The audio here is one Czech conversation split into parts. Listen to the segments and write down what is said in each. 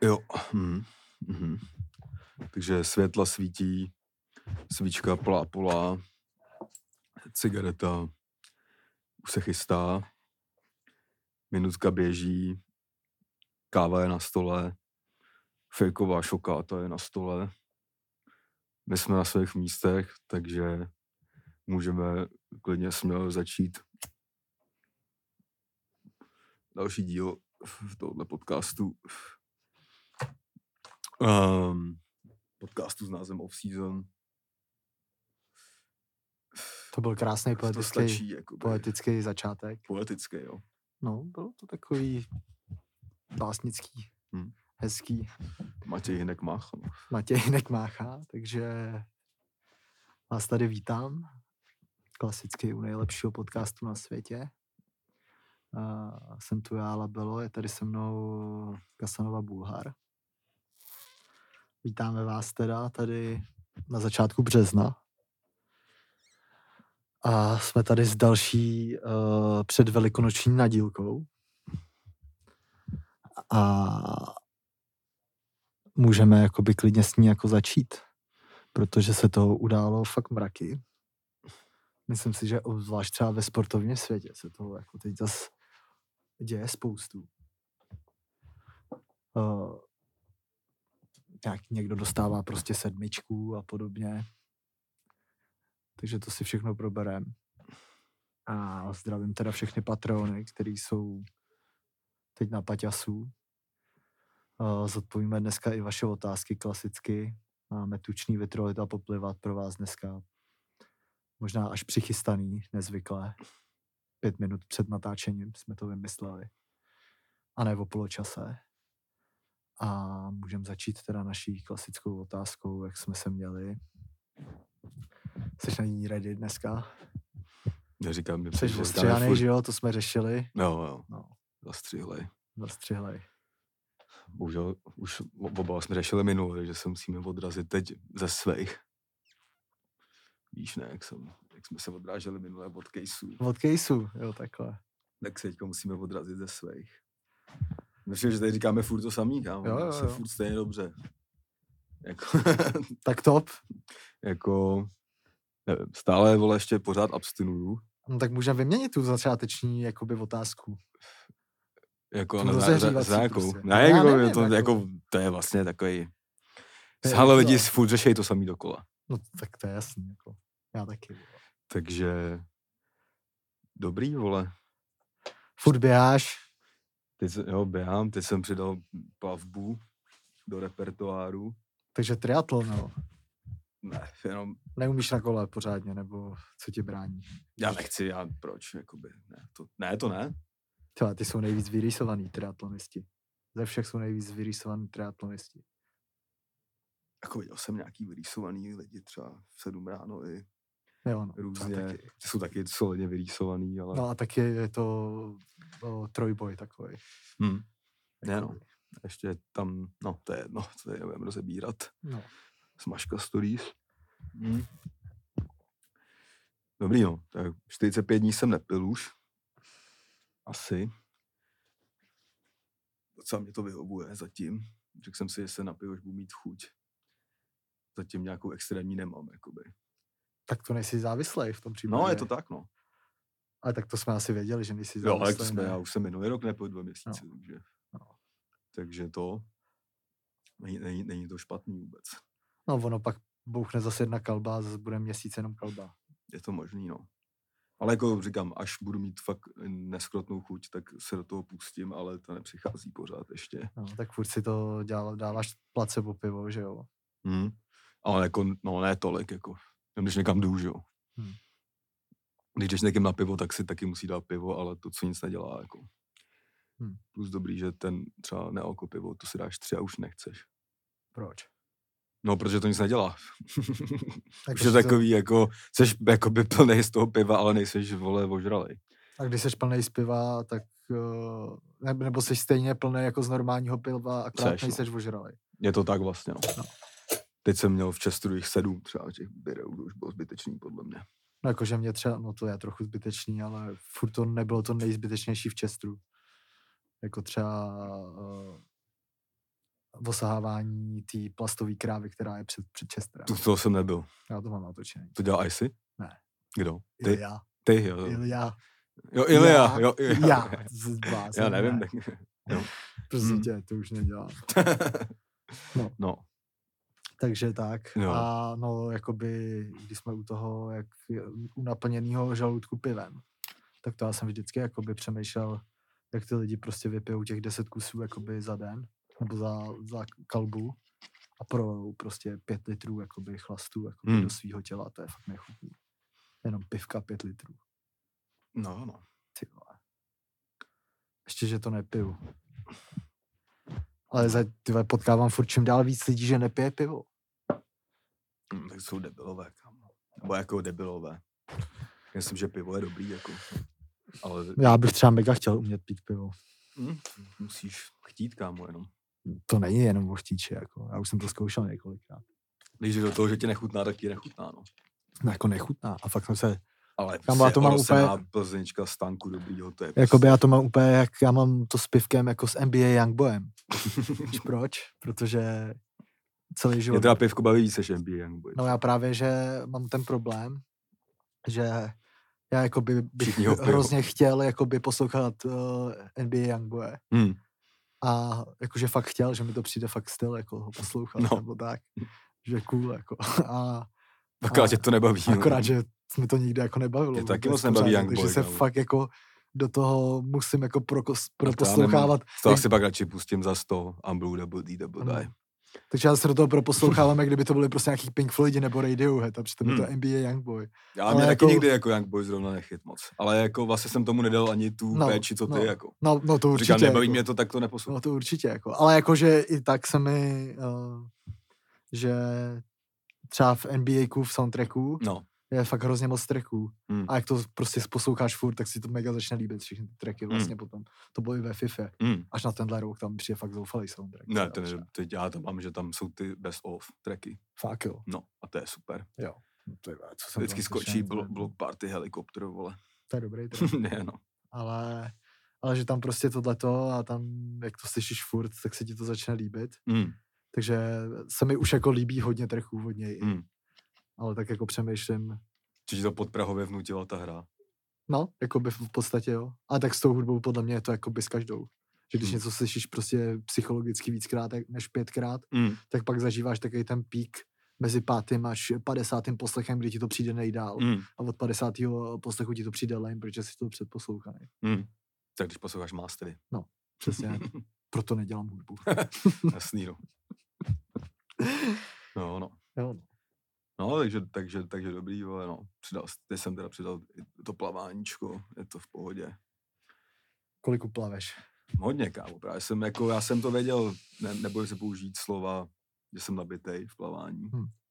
Jo. Takže světla svítí, svíčka plápolá, cigareta už se chystá, minutka běží, káva je na stole, fejková šokáta je na stole. My jsme na svých místech, takže můžeme klidně směle začít další díl v tohle podcastu. Podcastu s názvem Off Season. To byl krásný poetický začátek. Poetický, jo. No, bylo to takový básnický, hezký. Matěj Hynek Mácha, takže vás tady vítám. Klasicky u nejlepšího podcastu na světě. Jsem tu já, Labelo, je tady se mnou Kasanova Bulhar. Vítáme vás teda tady na začátku března. A jsme tady s další předvelikonoční nadílkou. A můžeme jakoby klidně s ní jako začít, protože se toho událo fakt mraky. Myslím si, že obzvlášť třeba ve sportovním světě se toho jako teď zase děje spoustu. Někdo dostává prostě 7 a podobně. Takže to si všechno probereme. A zdravím teda všechny patrony, který jsou teď na Paťasu. Zodpovíme dneska i vaše otázky klasicky. Máme tučný vytrolit a poplivat pro vás dneska. Možná až přichystaný, nezvykle. 5 minut před natáčením jsme to vymysleli. A ne o poločase. A můžeme začít teda naší klasickou otázkou, jak jsme se měli. Jsi na ní ready dneska? Neříkám, že jsi ostřihanej, že jo? To jsme řešili. Jo. Zastřihlej. Bohužel už oba jsme řešili minule, že se musíme odrazit teď ze svých. Víš, ne, jak jsme se odráželi minule od caseů. Od caseů, jo, takhle. Tak se teďka musíme odrazit ze svých. Myslím, že tady říkáme furt to samý, kámo. Jo. Se furt stejně dobře. Jako, tak top. Jako, nevím, stále, vole, ještě pořád abstinuju. No tak můžeme vyměnit tu začáteční, jakoby, otázku. Jako na jakou? Prostě. To je vlastně takový... Sále lidi furt řešejí to samý dokola. No tak to je jasný, jako. Já taky. Takže... Dobrý, vole. Furt běháš? Běhám. Teď jsem přidal plavbu do repertoáru. Takže triatlon, no. Ne, jenom... Neumíš na kole pořádně, nebo co ti brání? Já nechci, proč, jakoby, ne. Tyhle, ty jsou nejvíc vyrýsovaný triatlonisti. Ze všech jsou nejvíc vyrýsovaný triatlonisti. Jako viděl jsem nějaký vyrýsovaný lidi třeba v 7 ráno i různě. Jsou taky solidně vyrýsovaný, ale... No a taky je to trojboj takový. Ne, no. Ještě tam, to je jedno, to je nebudeme rozebírat. No. Smažka stories. Dobrý, no. Tak 45 dní jsem nepil už. Asi. Docela mě to vyhovuje zatím. Řekl jsem si, že se napiju, až budu mít chuť. Zatím nějakou extrémní nemám, jakoby. Tak to nejsi závislej v tom případě. No, je to tak, no. Ale tak to jsme asi věděli, že nejsi závislej. Jo, já už jsem minulý rok nepil 2 měsíce, takže... Takže to... Není to špatný vůbec. No, ono pak bouchne zase jedna kalba a zase bude měsíc jenom kalba. Je to možný, no. Ale jako říkám, až budu mít fakt neskrotnou chuť, tak se do toho pustím, ale to nepřichází pořád ještě. No, tak furt si to dáváš placebo pivo, že jo? Ale jako, ne tolik, jako. Když někam jdu, že jo. Když jdeš někým na pivo, tak si taky musí dát pivo, ale to, co nic nedělá, jako. Plus dobrý, že ten třeba nealko pivo, to si dáš 3 a už nechceš. Proč? No, protože to nic nedělá. Už je takový, jako, seš jakoby plnej z toho piva, ale nejseš, vole, ožralej. A když seš plnej z piva, tak nebo seš stejně plnej jako z normálního piva, akorát nejseš ožralej. Je to tak vlastně, no. Teď jsem měl v Chesteru jich 7 třeba těch birů, to už bylo zbytečný podle mě. No jakože mě třeba, no to je trochu zbytečný, ale furt to nebylo to nejzbytečnější v Chesteru. Jako třeba osahávání té plastové krávy, která je před Chesterem. To jsem nebyl. Já to mám natočený. To dělal Icy? Ne. Kdo? Ilja. Ty, jo. Ilja. Jo, Ilja. Já. Já nevím. Tak, jo. Prostě tě, to už nedělám. No. Takže tak. Jo. A no, jakoby, když jsme u toho, jak u naplněného žaludku pivem, tak to já jsem vždycky jakoby přemýšlel, jak ty lidi prostě vypijou těch 10 kusů jakoby za den, nebo za kalbu a projou prostě 5 litrů jakoby chlastu jakoby do svýho těla, to je fakt nechutný. Jenom pivka 5 litrů. No. Ty vole. Ještě, že to nepiju. Ale potkávám furt čím dál víc lidí, že nepije pivo. Tak jsou debilové, kámo. Nebo jako debilové. Myslím, že pivo je dobrý, jako. Ale... Já bych třeba mega chtěl umět pít pivo. Musíš chtít, kámo, jenom. To není jenom o chtíči, jako. Já už jsem to zkoušel několikrát. Když do toho, že tě nechutná, tak ti nechutná, no. No, jako nechutná. A fakt jsem se... Ale kámo, já to mám úplně... plzeňčka stánku dobrýho, to je... Jakoby já to mám úplně, jak já mám to s pivkem jako s NBA Youngboyem. Víš proč? Protože celý život... Mě teda pivko baví víc než NBA Youngboy. No já právě, že mám ten problém, že já jakoby bych hrozně chtěl jakoby poslouchat NBA Youngboye. A jakože fakt chtěl, že mi to přijde fakt styl, jako ho poslouchat, nebo tak. Že cool, jako. Akorát tě to nebaví. Akorát, že mi to nikdy jako nebavilo. Mě taky moc nebaví Youngboy. Takže se fakt jako do toho musím jako proposlouchávat. To asi pak radši pustím za 100 Unblue Double D Double Die. Takže já se do toho proposlouchávám, jak kdyby to byly prostě nějaký Pink Floyd nebo Radiohead a přitom je to NBA Youngboy. Já mě taky nikdy jako Youngboy zrovna nechyt moc. Ale jako vlastně jsem tomu nedal ani tu péči, co ty jako. No to určitě. Říkám, nebaví mě to, tak to neposlouchám. No to určitě jako. Ale jakože i tak se mi, že třeba v NBAku v soundtracku je fakt hrozně moc tracků. A jak to prostě posloucháš furt, tak si to mega začne líbit všechny ty tracky vlastně potom. To bylo i ve FIFA. Až na tenhle rok tam přijde fakt zoufalý soundtrack. Ne, teď já tam mám, že tam jsou ty best of tracky. Fakt jo. No a to je super. Jo. No, to je, co jsem vždycky skočí Block Party helikopter, vole. To je dobrý. Ne, no. Ale že tam prostě tohleto a tam, jak to slyšíš furt, tak se ti to začne líbit. Takže se mi už jako líbí hodně tracků od něj. Ale tak jako přemýšlím. Čiže to podprahově vnutila ta hra. No, jako by v podstatě jo. Ale tak s tou hudbou podle mě je to jako by s každou. Že když něco slyšíš prostě psychologicky víckrát než 5krát, tak pak zažíváš takový ten pík mezi 5. až 50. poslechem, kdy ti to přijde nejdál. A od 50. poslechu ti to přijde lame, protože jsi to předposlouchaný. Tak když posloucháš mastery. No, přesně. Proto nedělám hudbu. Jasný, no. No. Jo. No, takže dobrý, ale no. Teď jsem teda přidal to plaváníčko, je to v pohodě. Kolik uplaveš? Hodně, kámo, právě já jsem to věděl, nebojím se použít slova, že jsem nabitej v plavání.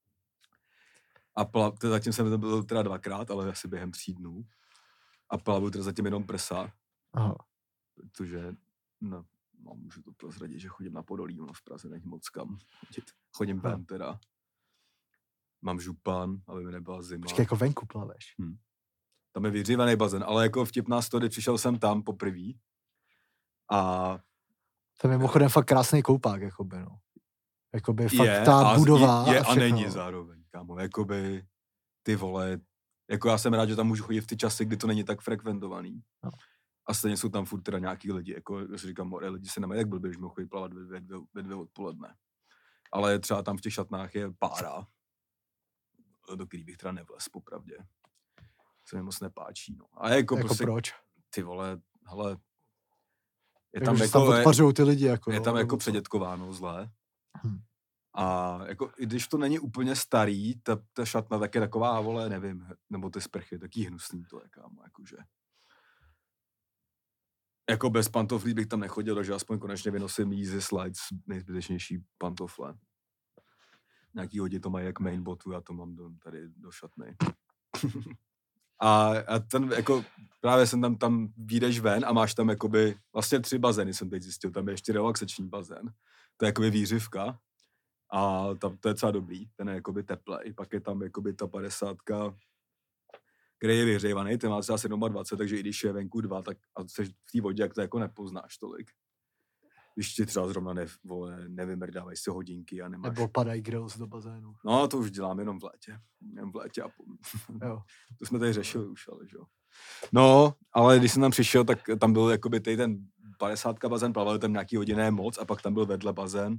A zatím jsem to byl teda 2krát, ale asi během 3 dnů. A plavu teda zatím jenom prsa. Aha. Protože, můžu to prozradit, že chodím na Podolí, v Praze není moc kam chodit. Chodím ven teda. Mám župan, aby mi nebyla zima. Počkej, jako venku plaveš. Tam je vyhřívaný bazén, ale jako vtipná story, přišel jsem tam poprvé. A... Tam je mimochodem fakt krásný koupák, jakoby, no. Jakoby fakt ta budova je a není zároveň, kámo. Jakoby ty vole, jako já jsem rád, že tam můžu chodit v ty časy, kdy to není tak frekventovaný. No. A stejně jsou tam furt teda nějaký lidi, jako já si říkám, lidi se nemají jak blbě, že mohou chodit plavat ve 2 odpoledne. Ale třeba tam v těch šatnách je pára, do který bych teda nevlez, popravdě. Se mi moc nepáčí, no. A jako prostě, proč? Ty vole, hele, je tam odpařují ty lidi, jako. Je tam jako předětkováno zlé. A jako, i když to není úplně starý, ta šatna tak je taková, vole, nevím, nebo ty sprchy, taký hnusný to je, kámo, jakože. Jako bez pantoflí bych tam nechodil, takže aspoň konečně vynosím Yeezy Slides, nejzbytečnější pantofle. Nějaký hodě to mají jak main botu, já to mám tady do šatny. a ten, jako, právě jsem tam vyjdeš ven a máš tam, jakoby, vlastně 3 bazény jsem teď zjistil, tam je ještě relaxační bazén. To je jakoby výřivka a to je docela dobrý, ten je jakoby teplej. Pak je tam jakoby ta 50, který je vyhřívaný, ten má třeba 27, takže i když je venku 2, tak a jsi v té vodě, jak to jako nepoznáš tolik. když ti třeba zrovna nevymrdávají si hodinky a nemáš... Nebo padají grills do bazénu. No, to už dělám jenom v létě. Jo. To jsme tady řešili už, ale že jo. No, ale když jsem tam přišel, tak tam byl jakoby ten 50 bazén, plavali tam nějaký hodinné moc a pak tam byl vedle bazén.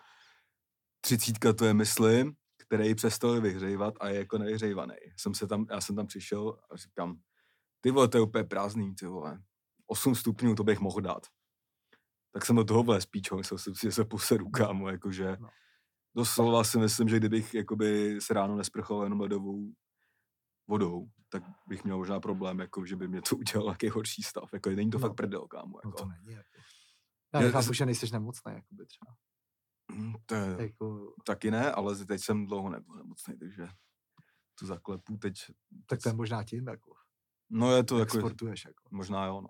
30 to je, myslím, který přestali vyhřejvat a je jako nevyhřejvaný. Já jsem tam přišel a říkám, ty vole, to je úplně prázdný, ty vole. 8 stupňů, to bych mohl dát. Tak jsem do toho vlez, píčo, myslel jsem si, že se poseru, kámo, jakože doslova si myslím, že kdybych jakoby se ráno nesprchoval jenom ledovou vodou, tak bych měl možná problém, jako, že by mě to udělal jaký horší stav. Jako, není to fakt prdel, kámo. Jako. No to není. Jako. Já nechápu, že nejseš nemocný, jakoby třeba. To je, jako... Taky ne, ale teď jsem dlouho nebyl nemocný, takže to zaklepu teď. Tak to je možná tím, jako. No je to jako... Sportuješ, jako. Možná jo, no.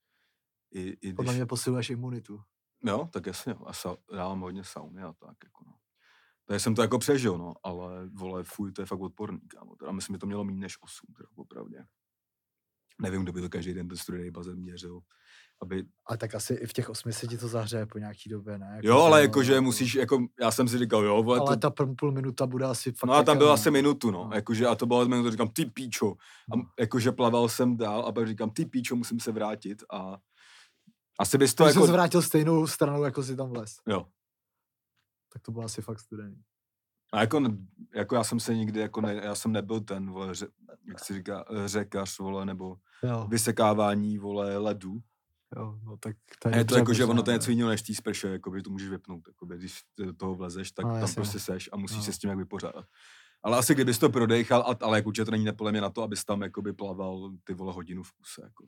I podle mě posiluješ imunitu. Jo, tak jasně. A dávám hodně sauny a tak, jako no. Takže jsem to jako přežil, no, ale vole, fuj, to je fakt odporný, kámo. Teda myslím, že to mělo méně než 8, teda opravdě. Nevím, kdo by to každý den ten studený bazén měřil. Ale tak asi i v těch 8 se ti to zahřeje po nějaký době, ne? Jako jo, ale jakože musíš, jako, já jsem si říkal, jo, vole, ale ta půl minuta bude asi fakt... No a tam byla asi minutu, no. Jakože, a to bylo minutu, říkám, ty píčo. A jakože plaval jsem dál a pak říkám, ty píčo, musím se vrátit a asi bys to jako... Jsi vrátil stejnou stranou, jako si tam vlez. Jo. Tak to bylo asi fakt studený. A jako já jsem se nikdy, jako já jsem nebyl ten, vole, jak se říká, řekař, vole, nebo vysekávání, vole, ledu. Jo, no tak to je to jako, že ono to je něco jiného než tý sprše, jakoby to můžeš vypnout, jakoby, když do toho vlezeš, tak tam prostě seš a musíš se s tím jak vypořádat. Ale asi kdybys to prodejchal, ale jako určitě to není podle mě na to, abys tam jakoby plaval ty vole hodinu v kuse, jako.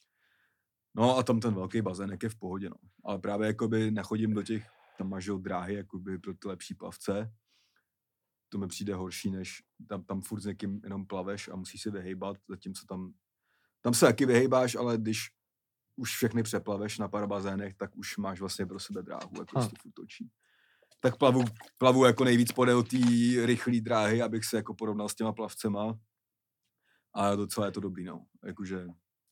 No a tam ten velký bazén, jak je v pohodě, no. Ale právě jakoby nechodím do těch, tam máš dráhy, jakoby pro ty lepší plavce. To mi přijde horší, než tam furt s někým jenom plaveš a musíš si vyhejbat, zatímco tam se taky vyhejbáš, ale když už všechny přeplaveš na pár bazénech, tak už máš vlastně pro sebe dráhu, jako si furt točí. Tak plavu jako nejvíc podél té rychlé dráhy, abych se jako porovnal s těma plavcema. A docela je to dobrý, no. Jakože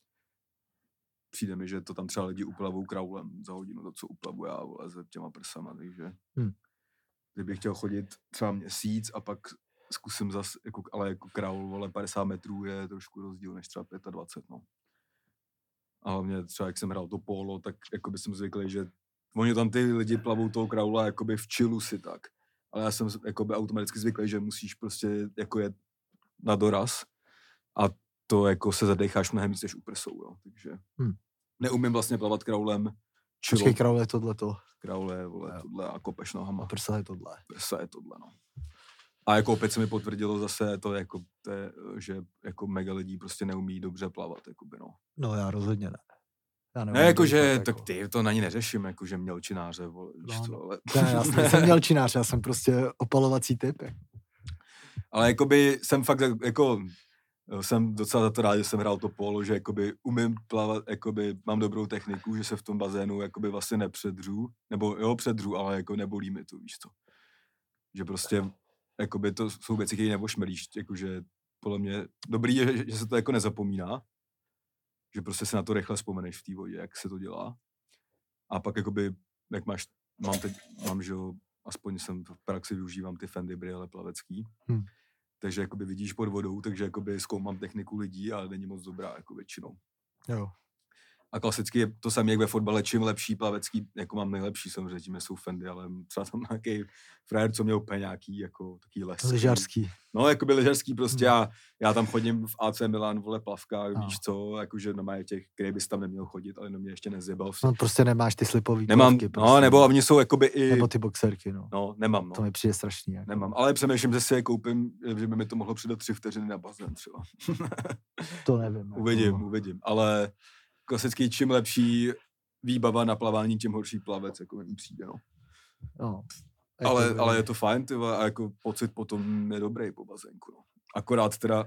přijde mi, že to tam třeba lidi uplavou kraulem za hodinu, to, co uplavu já, vole, se těma prsama, takže kdybych chtěl chodit třeba měsíc a pak zkusím zase, jako, ale jako kraul, vole, 50 metrů je trošku rozdíl než třeba 25, no. A hlavně třeba, jak jsem hrál to polo, tak jako by jsem zvyklý, že oni tam ty lidi plavou toho kraula jakoby v chillu si tak. Ale já jsem jakoby automaticky zvyklý, že musíš prostě jako jet na doraz a to jako se zadecháš mnohem víc než uprsou, jo. Takže neumím vlastně plavat kraulem. Počkej, kraule je tohleto. Kraule je, vole, tohle a kopeš nohama. A prsa je tohle. Prsa je tohle, no. A jako opět se mi potvrdilo zase to, jako, že jako mega lidí prostě neumí dobře plavat, jakoby, no. No já rozhodně ne. Ne, jakože, tak ty to na ní neřeším, jakože mělčináře, vole, no. Ne, já jsem mělčinář, já jsem prostě opalovací typ. Ale jakoby jsem fakt, jako, jsem docela za to rád, že jsem hrál to polo, že jakoby umím plavat, jakoby mám dobrou techniku, že se v tom bazénu jakoby vlastně nepředřu, nebo jo, předřu, ale jako nebolí mi to, víš co. Že prostě, jakoby to jsou věci, které nevošmelíš, jakože podle mě dobrý je, že se to jako nezapomíná, že prostě se na to rychle vzpomeneš v té vodě, jak se to dělá. A pak jakoby, jak mám, že jo, aspoň jsem v praxi využívám ty Fendi brýle plavecký. Takže jakoby vidíš pod vodou, takže jakoby zkoumám techniku lidí, ale není moc dobrá, jako většinou. Jo. A klasicky je to samé, jak ve fotbale, čím lepší plavecký, jako mám nejlepší, samozřejmě tím jsou Fendi, ale třeba tam nějaký frajer, co měl úplně nějaký, jako taký les. Lyžařský. No, jakoby lyžařský prostě, já tam chodím v AC Milan, vole, plavkách, víš co, jakože normálně těch, který bys tam neměl chodit, ale mě ještě nezjebal. No, prostě nemáš ty slipový nemám, plavky. Prostě. No, nebo oni jsou jakoby i... Nebo ty boxerky, no. No, nemám, no. To mi přijde strašný. Jako. Nemám, ale přemýšlím, že si je koupím, že by mi to mohlo přidat 3 vteřiny na bazén třeba. To nevím. Uvidím, ale klasicky čím lepší výbava na plavání, tím horší plavec, jako mi přijde, no. No. Ale je to fajn, tyva, a jako pocit potom je dobrý po bazénku, no. Akorát teda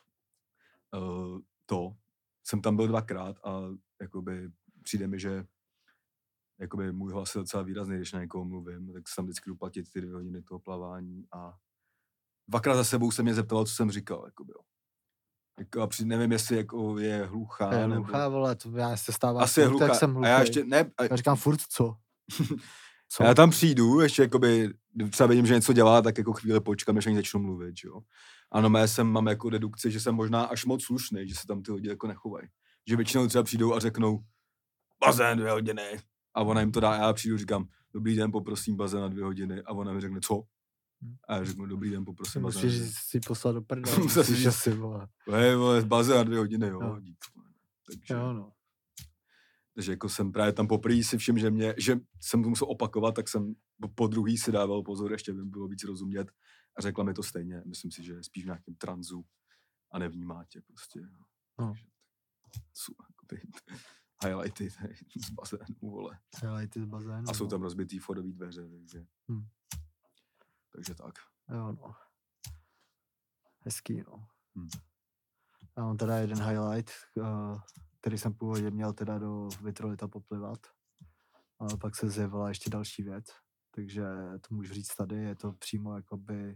jsem tam byl 2krát a jakoby přijde mi, že jakoby můj hlas je docela výrazný, když na někoho mluvím, tak se tam vždycky jdu platit ty 2 hodiny toho plavání a 2krát za sebou se mě zeptala, co jsem říkal, jakoby, jo. Jako, a nevím, jestli jako je hluchá. Je hluchá, vole, to já se stává asi furt, je hluchá. jak jsem hluchý. A já ještě, ne. Já říkám furt co? Co? Já tam přijdu, ještě jakoby, třeba vidím, že něco dělá, tak jako chvíli počkám, než ani začnu mluvit, jo. Ano, mám jako dedukci, že jsem možná až moc slušný, že se tam ty lidi jako nechovají. Že většinou třeba přijdou a řeknou bazén 2 hodiny a ona jim to dá a já přijdu, říkám dobrý den, poprosím bazén na 2 hodiny a ona mi řekne co? A já řeknu dobrý den, poprosím bazén. Musíš si poslat do prdele, musíš asi, vole. Vole, bazén na 2 hodiny, jo. Takže... Jo, no. Takže jako jsem právě tam poprvé si všim, že jsem to musel opakovat, tak jsem po druhý si dával pozor, ještě by bylo víc rozumět a řekla mi to stejně. Myslím si, že je spíš v nějakém tranzu a nevnímá tě prostě. No. Jsou jakoby highlighty z bazénu, vole. Highlighty z bazénu. A jsou tam rozbitý fordový dveře, takže. Takže tak. Jo, no. Hezký, no. Já mám teda jeden highlight, který jsem původně měl teda do Vitrolita poplivat, ale pak se zjevila ještě další věc, takže to můžu říct tady, je to přímo jakoby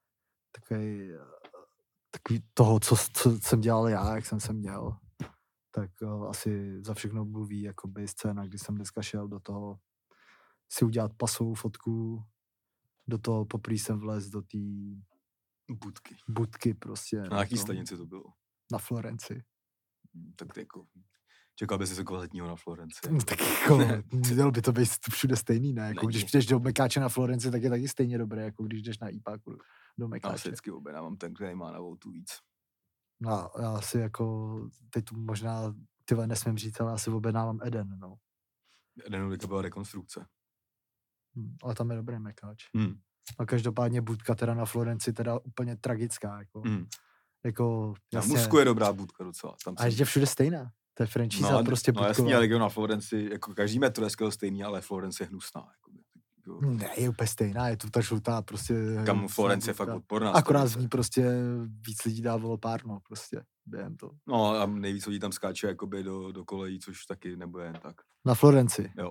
takový toho, co jsem dělal já, jak jsem se měl, tak asi za všechno mluví jakoby scéna, kdy jsem dneska šel do toho si udělat pasovou fotku, do toho poprvé jsem vlez do té budky prostě. Na jaký stanici to bylo? Na Florenci. Tak to jako, čekal bys si kvalitního na Florenci. Tak jako, mělo by to být všude stejný, ne? Jako když přijdeš do Mekáče na Florenci, tak je taky stejně dobré, jako když jdeš na IPáku do Mekáče. Já si vždycky objednávám ten, který má na Voltu víc. No, já si jako, teď tu možná, tyhle nesmím říct, ale já si objednávám Eden, no. Edenu byla rekonstrukce. Ale tam je dobrý Mekáč. A každopádně budka teda na Florenci teda úplně tragická, jako. Jako, jasně. Na Musku je dobrá budka docela. Tam a je všude stejná. To je franchise prostě budková. No jasně, ale na Florenci, jako každý metro je skvěle stejný, ale Florence je hnusná. Jako. Ne, je úplně stejná, je tu ta žlutá prostě. Kam Florence je fakt odporná. Akorát z ní prostě víc lidí dávalo párno prostě během toho. No a nejvíc lidí tam skáče jakoby do kolejí, což taky nebude jen tak. Na Florenci. Jo.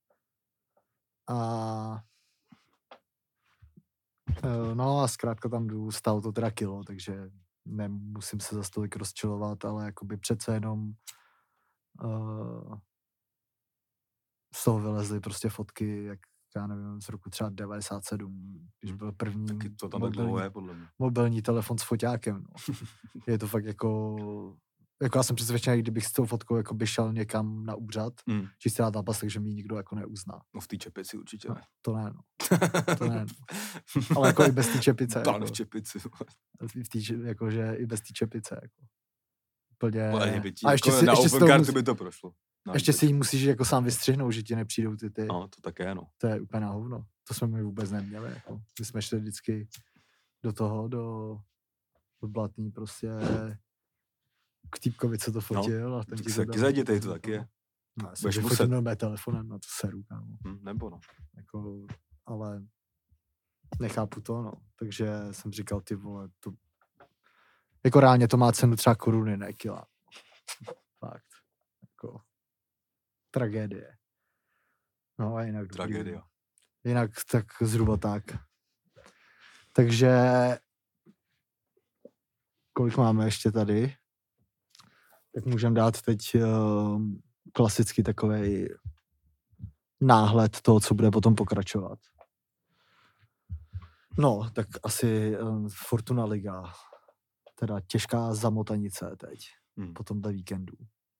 No a zkrátka tam jdu, stalo to teda kilo, takže nemusím se za tolik rozčilovat, ale jakoby přece jenom z toho vylezly prostě fotky, jak já nevím, z roku třeba 97, když byl první taky to tam dlouho je, podle mě. Mobilní telefon s foťákem. No. Je to fakt jako já jsem přesvědčený, kdybych s tou fotkou jako by šel někam na úřad, čistě na zápas, takže mi nikdo jako neuzná. No v té čepici určitě ne. To ne, no. To ne, no. Ale jako i bez té čepice. Pán v čepici. Jakože i bez té čepice. Jako. Úplně. A ještě si, na Opencartu by to prošlo. Ještě si ji musíš jako sám vystřihnout, že ti nepřijdou ty. No, to také, no. To je úplně na hovno. To jsme my vůbec neměli. Jako. My jsme šli vždycky do toho, do Blatný prostě k týpkovi, co to fotil. No, a ten ti to taky zajděte, to taky je. No, já jsem fotil mé telefonem, na to seru, kámo. Nebo no. Jako, ale nechápu to, no. Takže jsem říkal, ty vole, to jako reálně to má cenu třeba koruny, ne kila. Fakt. Jako tragédie. No a jinak tragédia. Jinak tak zhruba tak. Takže kolik máme ještě tady? Tak můžeme dát teď klasicky takovej náhled toho, co bude potom pokračovat. No, tak asi Fortuna Liga. Teda těžká zamotanice teď. Po tomhle víkendu.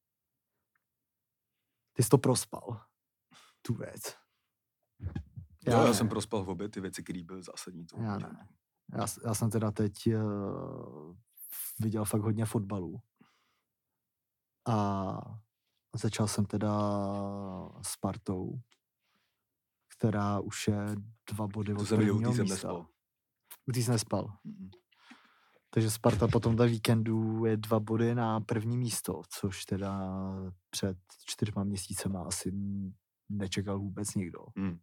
Ty jsi to prospal. Tu věc. Já jsem prospal v obě ty věci, které byly zásadní. Já jsem teda teď viděl fakt hodně fotbalu. A začal jsem teda Spartou, která už je 2 body od prvního místa. U tý jsem nespal. Takže Sparta po tomhle víkendu je 2 body na první místo, což teda před 4 měsícema asi nečekal vůbec nikdo.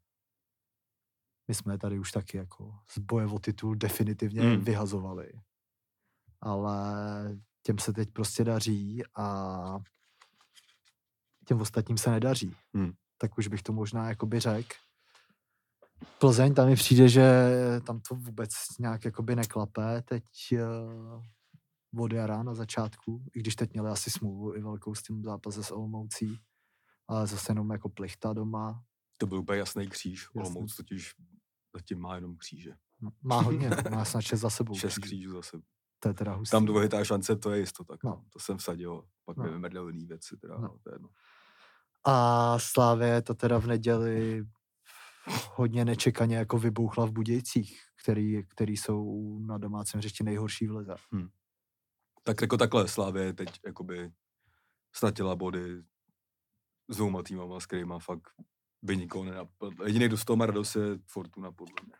My jsme tady už taky jako z boje o titul definitivně vyhazovali. Ale těm se teď prostě daří a těm ostatním se nedaří. Tak už bych to možná jakoby řekl. Plzeň, tam mi přijde, že tam to vůbec nějak jakoby neklape. Teď od jara na začátku, i když teď měli asi smůlu i velkou s tím zápase s Olomoucí, ale zase jenom jako plichta doma. To byl úplně jasný kříž. Jasný. Olomouc totiž zatím má jenom kříže. Má hodně, má snad 6 za sebou. 6 křížů za sebou. To je teda hustý. Tam dvojitá šance, to je jistota. No. To jsem vsadil. Pak mi vymrdal jiný věci. Teda, No. To je jedno. A Slavie to teda v neděli hodně nečekaně jako vybouchla v Budějcích, který jsou na domácím hřišti nejhorší v lize. Tak jako takhle Slavie teď jakoby ztratila body s 2 týmama, s kterýma fakt by nikoho nenapadl. Jediný, kdo z toho má radost, je Fortuna, podle mě.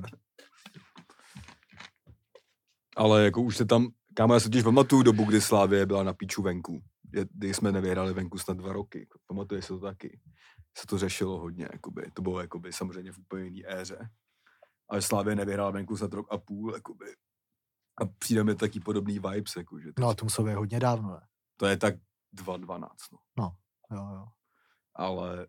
Ale jako už se tam, kámo, já se totiž pamatuju dobu, kdy Slavie byla na píču venku. Kdy jsme nevyhrali venku snad 2 roky. Pamatuje se to taky. Se to řešilo hodně, jakoby. To bylo jakoby samozřejmě v úplně jiný éře. Ale Slavie nevyhrála venku snad 1,5 roku, jakoby. A přijde mi taky podobný vibes, jakože. No a tomu je hodně dávno, ne? To je tak 2012, no. No, jo. Ale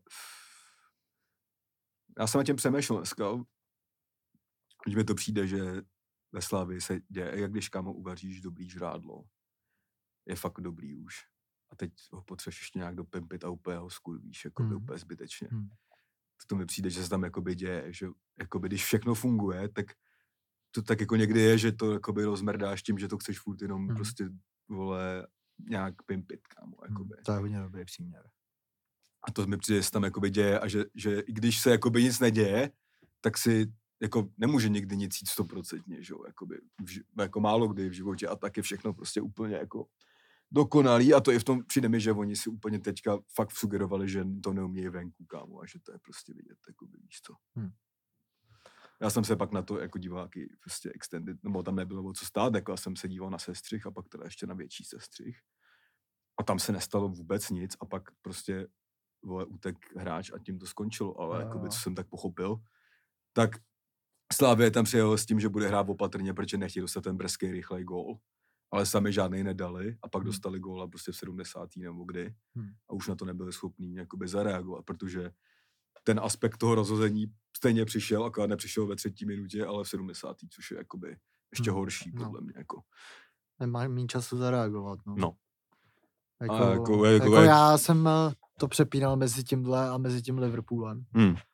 já jsem na tím přemýšlel dneska, když mi to přijde, že ve Slavii se děje, jak když kámo uvaříš dobrý žrádlo. Je fakt dobrý už. A teď ho potřebuješ ještě nějak dopimpit a úplně ho skurvíš, jako úplně zbytečně. To mi přijde, že se tam jakoby děje, že jakoby když všechno funguje, tak to tak jako někdy je, že to jakoby rozmrdáš tím, že to chceš furt jenom prostě, vole, nějak pimpit, kámo, jakoby. To je hodně dobrý příměr. A to mi přijde, že se tam jakoby děje a že i když se jakoby nic neděje, tak si jako nemůže nikdy nic jít 100%, že jo, jakoby, jako málo kdy v životě a tak je všechno prostě úplně jako dokonalý a to i v tom přijde mi, že oni si úplně teďka fakt sugerovali, že to neumějí venku, kámo, a že to je prostě vidět, jakoby, víš co. Já jsem se pak na to jako díval jaký prostě extended, nebo tam nebylo co stát, jako já jsem se díval na sestřih a pak teda ještě na větší sestřih. A tam se nestalo vůbec nic a pak prostě vole, utek hráč a tím to skončilo, ale jakoby, co jsem tak pochopil, tak Slavie tam přijel s tím, že bude hrát opatrně, protože nechtěli dostat ten brzký rychlej gól. Ale sami žádnej nedali a pak dostali góla prostě v 70. nebo kdy a už na to nebyli schopní jakoby zareagovat, protože ten aspekt toho rozhození stejně přišel, akorát nepřišel ve 3. minutě, ale v 70. což je jakoby ještě horší podle mě. Jako. Nemá mít času zareagovat. No. Jako já jsem to přepínal mezi tímhle a mezi tím Liverpoolem.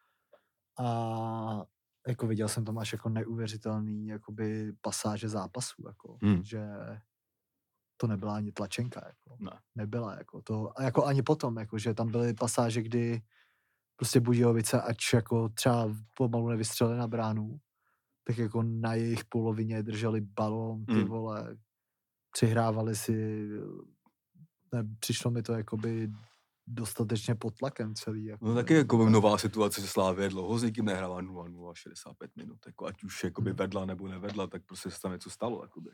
A jako viděl jsem tam až jako neuvěřitelný jakoby pasáže zápasu, jako, že to nebyla ani tlačenka, jako. Ne. Nebyla, jako to, jako ani potom, jako, že tam byly pasáže, kdy prostě Budějovice, ač jako třeba pomalu nevystřelili na bránu, tak jako na jejich polovině drželi balón, ty vole, přihrávali si, přišlo mi to jakoby dostatečně pod tlakem celý. Jako, no taky jako nová situace, že Slavie dlouho s někým nehrává 0-0 65 minut, jako ať už jakoby vedla nebo nevedla, tak prostě se tam něco stalo, jakoby.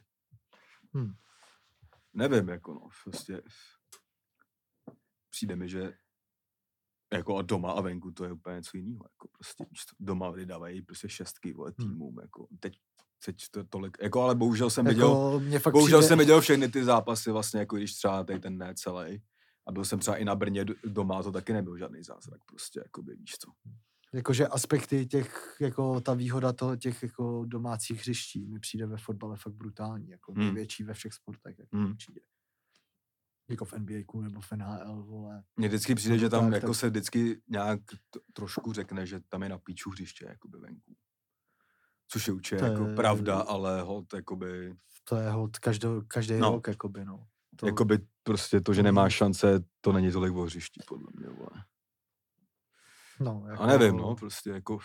Nevím, jako no, prostě přijde mi, že jako a doma a venku to je úplně něco jiného, jako prostě doma vydávají prostě 6 týmům, jako teď to tolik, jako ale bohužel jsem jako viděl, jsem viděl všechny ty zápasy vlastně, jako když třeba tady ten ne celý. A byl jsem třeba i na Brně doma, to taky nebyl žádný zázrak, prostě, jakoby, víš co. Jakože aspekty těch, jako ta výhoda těch jako domácích hřiští mi přijde ve fotbale fakt brutální, jako největší ve všech sportech, jako mi přijde. Jako v NBA nebo v NHL, vole. Mně vždycky přijde, že tam jako se vždycky nějak trošku řekne, že tam je na píču hřiště, jakoby venku. Což je určitě jako pravda, ale hod, jakoby... To je hod každý rok, jakoby, no. To... Jakoby prostě to, že nemáš šance, to není tolik o hřišti, podle mě, vole. No, jako... A nevím, no, prostě jako...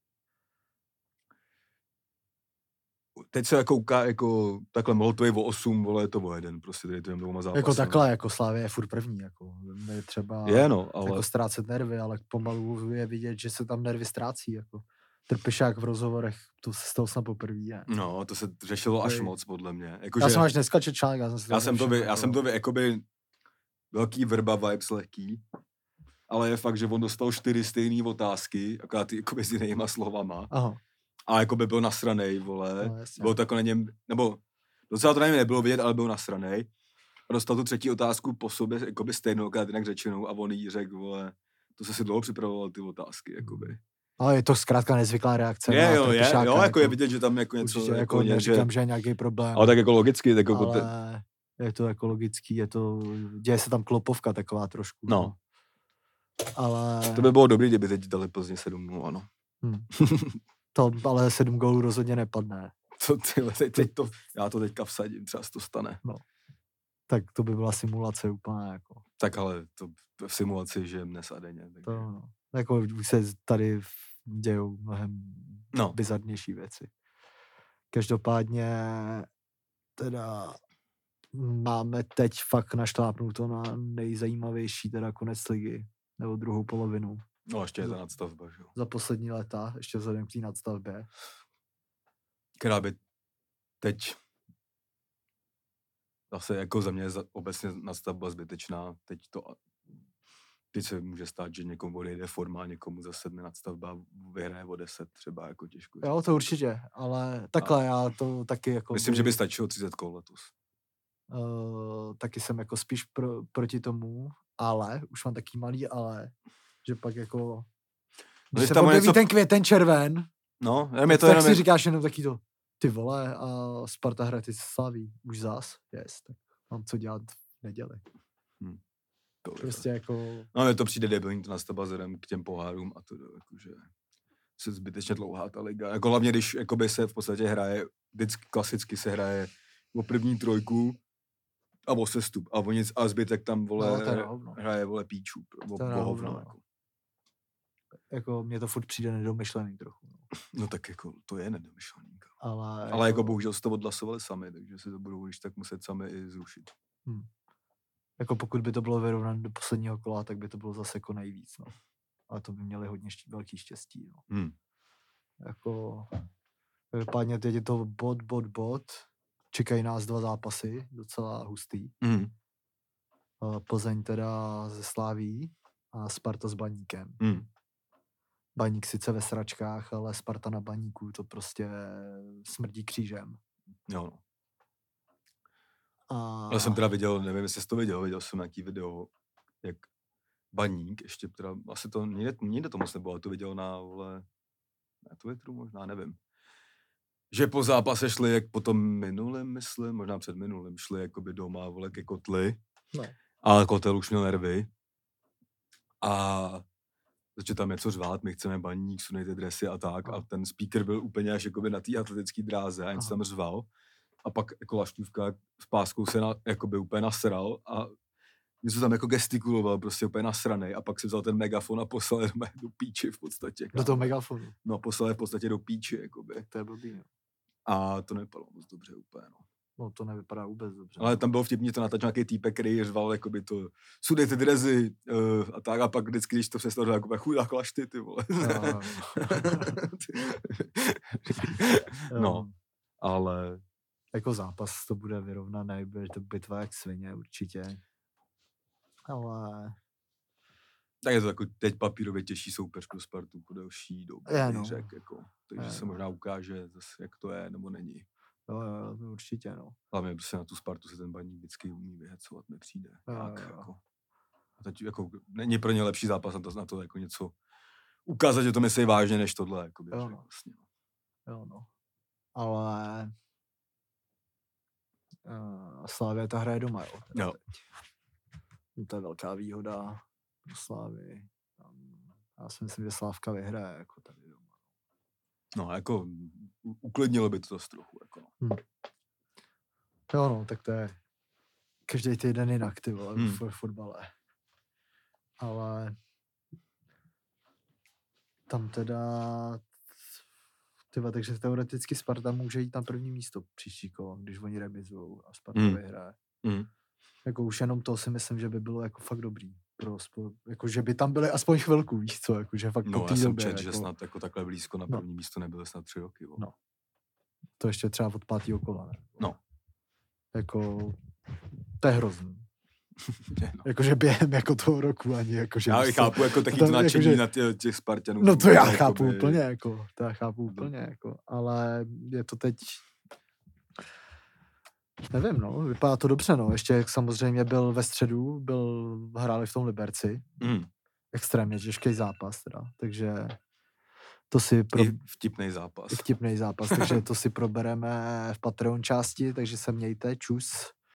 Teď se jako uká, jako takhle mohlo to je o 8, vole, je to o 1, prostě tady to jen dvouma zápasem. Jako takhle, jako Slavie je furt první, jako je třeba ale... jako ztrácet nervy, ale pomalu je vidět, že se tam nervy ztrácí, jako. Trpišák v rozhovorech, to se stalo snad poprvé, ne? No, to se řešilo až moc, podle mě. Jako, já jsem až dneska četl článek, já jsem to jakoby velký vrba vibes lehký, ale je fakt, že on dostal 4 stejné otázky, akorát ty jakoby s jinýma slovama. Aha. A jakoby byl nasranej, vole. No, bylo to jako na něm, nebo docela to na něm nebylo vidět, ale byl nasranej. A dostal tu 3. otázku po sobě, jakoby stejnou, akorát jinak řečenou a on jí řekl, vole, to se si dlouho připravoval ty otázky, jakoby. Ale je to zkrátka nezvyklá reakce. Jo, jako je vidět, že tam jako něco... Určitě, jako neříkám, že je nějaký problém. Ale tak jako logicky. Tak jako ale je to jako logický, děje se tam klopovka taková trošku. No. Ale... To by bylo dobrý, kdyby teď dali Plzni 7-0, ano. To ale 7 gólů rozhodně nepadne. Já to teďka vsadím, třeba se to stane. No. Tak to by byla simulace úplně jako. Tak ale to v simulaci žijeme dnes a denně. Takže... To, no. Jako už se tady dějou mnohem bizarnější věci. Každopádně teda máme teď fakt našlápnuto na nejzajímavější teda konec ligy, nebo druhou polovinu. No ještě je ta nadstavba, že jo. Za poslední léta, ještě vzhledem k té nadstavbě. Která by teď zase jako za mě je obecně nadstavba zbytečná. Teď se může stát, že někomu odejde forma, někomu zasedne nadstavba, vyhraje o 10 třeba jako těžko. Jo, to určitě, ale takhle já to taky jako... Myslím, že by stačilo 30 kol letos. Taky jsem jako spíš proti tomu, ale, už mám taký malý ale, že pak jako... Když se objeví ten květen červen, no, tak si říkáš jenom taky to, ty vole, a Sparta hraje ty slaví, už zás, tak mám co dělat v neděli. Prostě jako... No, mně to přijde debilní to nastavba vzhledem k těm pohárům a to jakože se zbytečně dlouhá ta liga. Jako hlavně, když jakoby se v podstatě hraje, vždycky klasicky se hraje o první trojku a o sestup a zbytek tam hraje píčů, o hovno. Jako mně to furt přijde nedomyšlený trochu. No tak jako to je nedomyšlený. Ale jako bohužel se to odhlasovali sami, takže si to budou když tak muset sami i zrušit. Jako pokud by to bylo vyrovnané do posledního kola, tak by to bylo zase jako nejvíc, no. Ale to by měli hodně velký štěstí, no. Jako vypadně teď je to bod. Čekají nás 2 zápasy, docela hustý. Plzeň teda ze Slaví a Sparta s Baníkem. Baník sice ve sračkách, ale Sparta na Baníku to prostě smrdí křížem. Jo, no. Ale jsem teda viděl, nevím, jestli jsi to viděl jsem nějaký video, jak Baník, ještě teda, asi to, nikde to moc nebylo, ale to viděl na Twitteru možná, nevím. Že po zápase šli, jak po tom minulém, myslím, možná před minulým, šli jakoby doma, vole, ke Kotli. No. A Kotel už měl nervy. A začal tam něco řvát, my chceme Baník, sunejte dresy a tak. A ten speaker byl úplně až jakoby na té atletické dráze a jen se tam řval. A pak jako laštůvka s páskou se jakoby úplně nasral a něco tam jako gestikuloval, prostě úplně nasranej. A pak si vzal ten megafon a poslal do píči v podstatě. Do toho megafonu? No, poslal v podstatě do píči, jakoby. To je blbý, no. A to nevypadalo moc dobře úplně, no. No, to nevypadá vůbec dobře. Ale tam bylo vtipně to natačil nějaký týpek, který řval, jakoby to, sudejte drezy a tak. A pak vždycky, když to přestal řvat, jakoby chudá klašty, ty vole. No, ale... Jako zápas to bude vyrovnaný, bude to bitva jak svině určitě. Ale... Tak je to jako teď papírově těžší soupeř pro Spartu po delší dobu. Jako, takže se možná ukáže zase, jak to je, nebo není. Jo, určitě, no. Hlavně prostě na tu Spartu se ten Baník vždycky umí vyhecovat, mi přijde. Jako. A teď jako, není pro ně lepší zápas na to jako něco ukázat, že to myslí vážně, než tohle. Jako jo, no. Vlastně, no. Jo, no. Ale... Slávia ta hraje doma, jo. Jo. To je velká výhoda pro Slávy. Já si myslím, že Slávka vyhraje jako tady doma. No, jako uklidnilo by to trochu, jako. Jo, no, tak to je každý týden jinak, ty vole, v fotbale. Ale tam teda tyva, takže teoreticky Sparta může jít na první místo příští kolo, když oni remizujou a Sparta vyhraje. Jako už jenom to si myslím, že by bylo jako fakt dobrý. Jako, že by tam byly aspoň chvilku, víš co, jako, že fakt no, po té době. Čet, že snad jako takhle blízko na první místo nebyly snad 3 roky. Bo. No. To ještě třeba od 5. kola, ne? No. Jako, to je hrozný. Jakože během jako toho roku ani jakože... Já chápu jako taky to nadšení na těch Spartanů. No to já chápu úplně, jako, to já chápu úplně, jako, ale je to teď... Nevím, no, vypadá to dobře, no. Ještě samozřejmě byl ve středu, hráli v tom Liberci. Extrémně těžký zápas, teda, takže to si... Vtipnej zápas, takže to si probereme v Patreon části, takže se mějte, čus.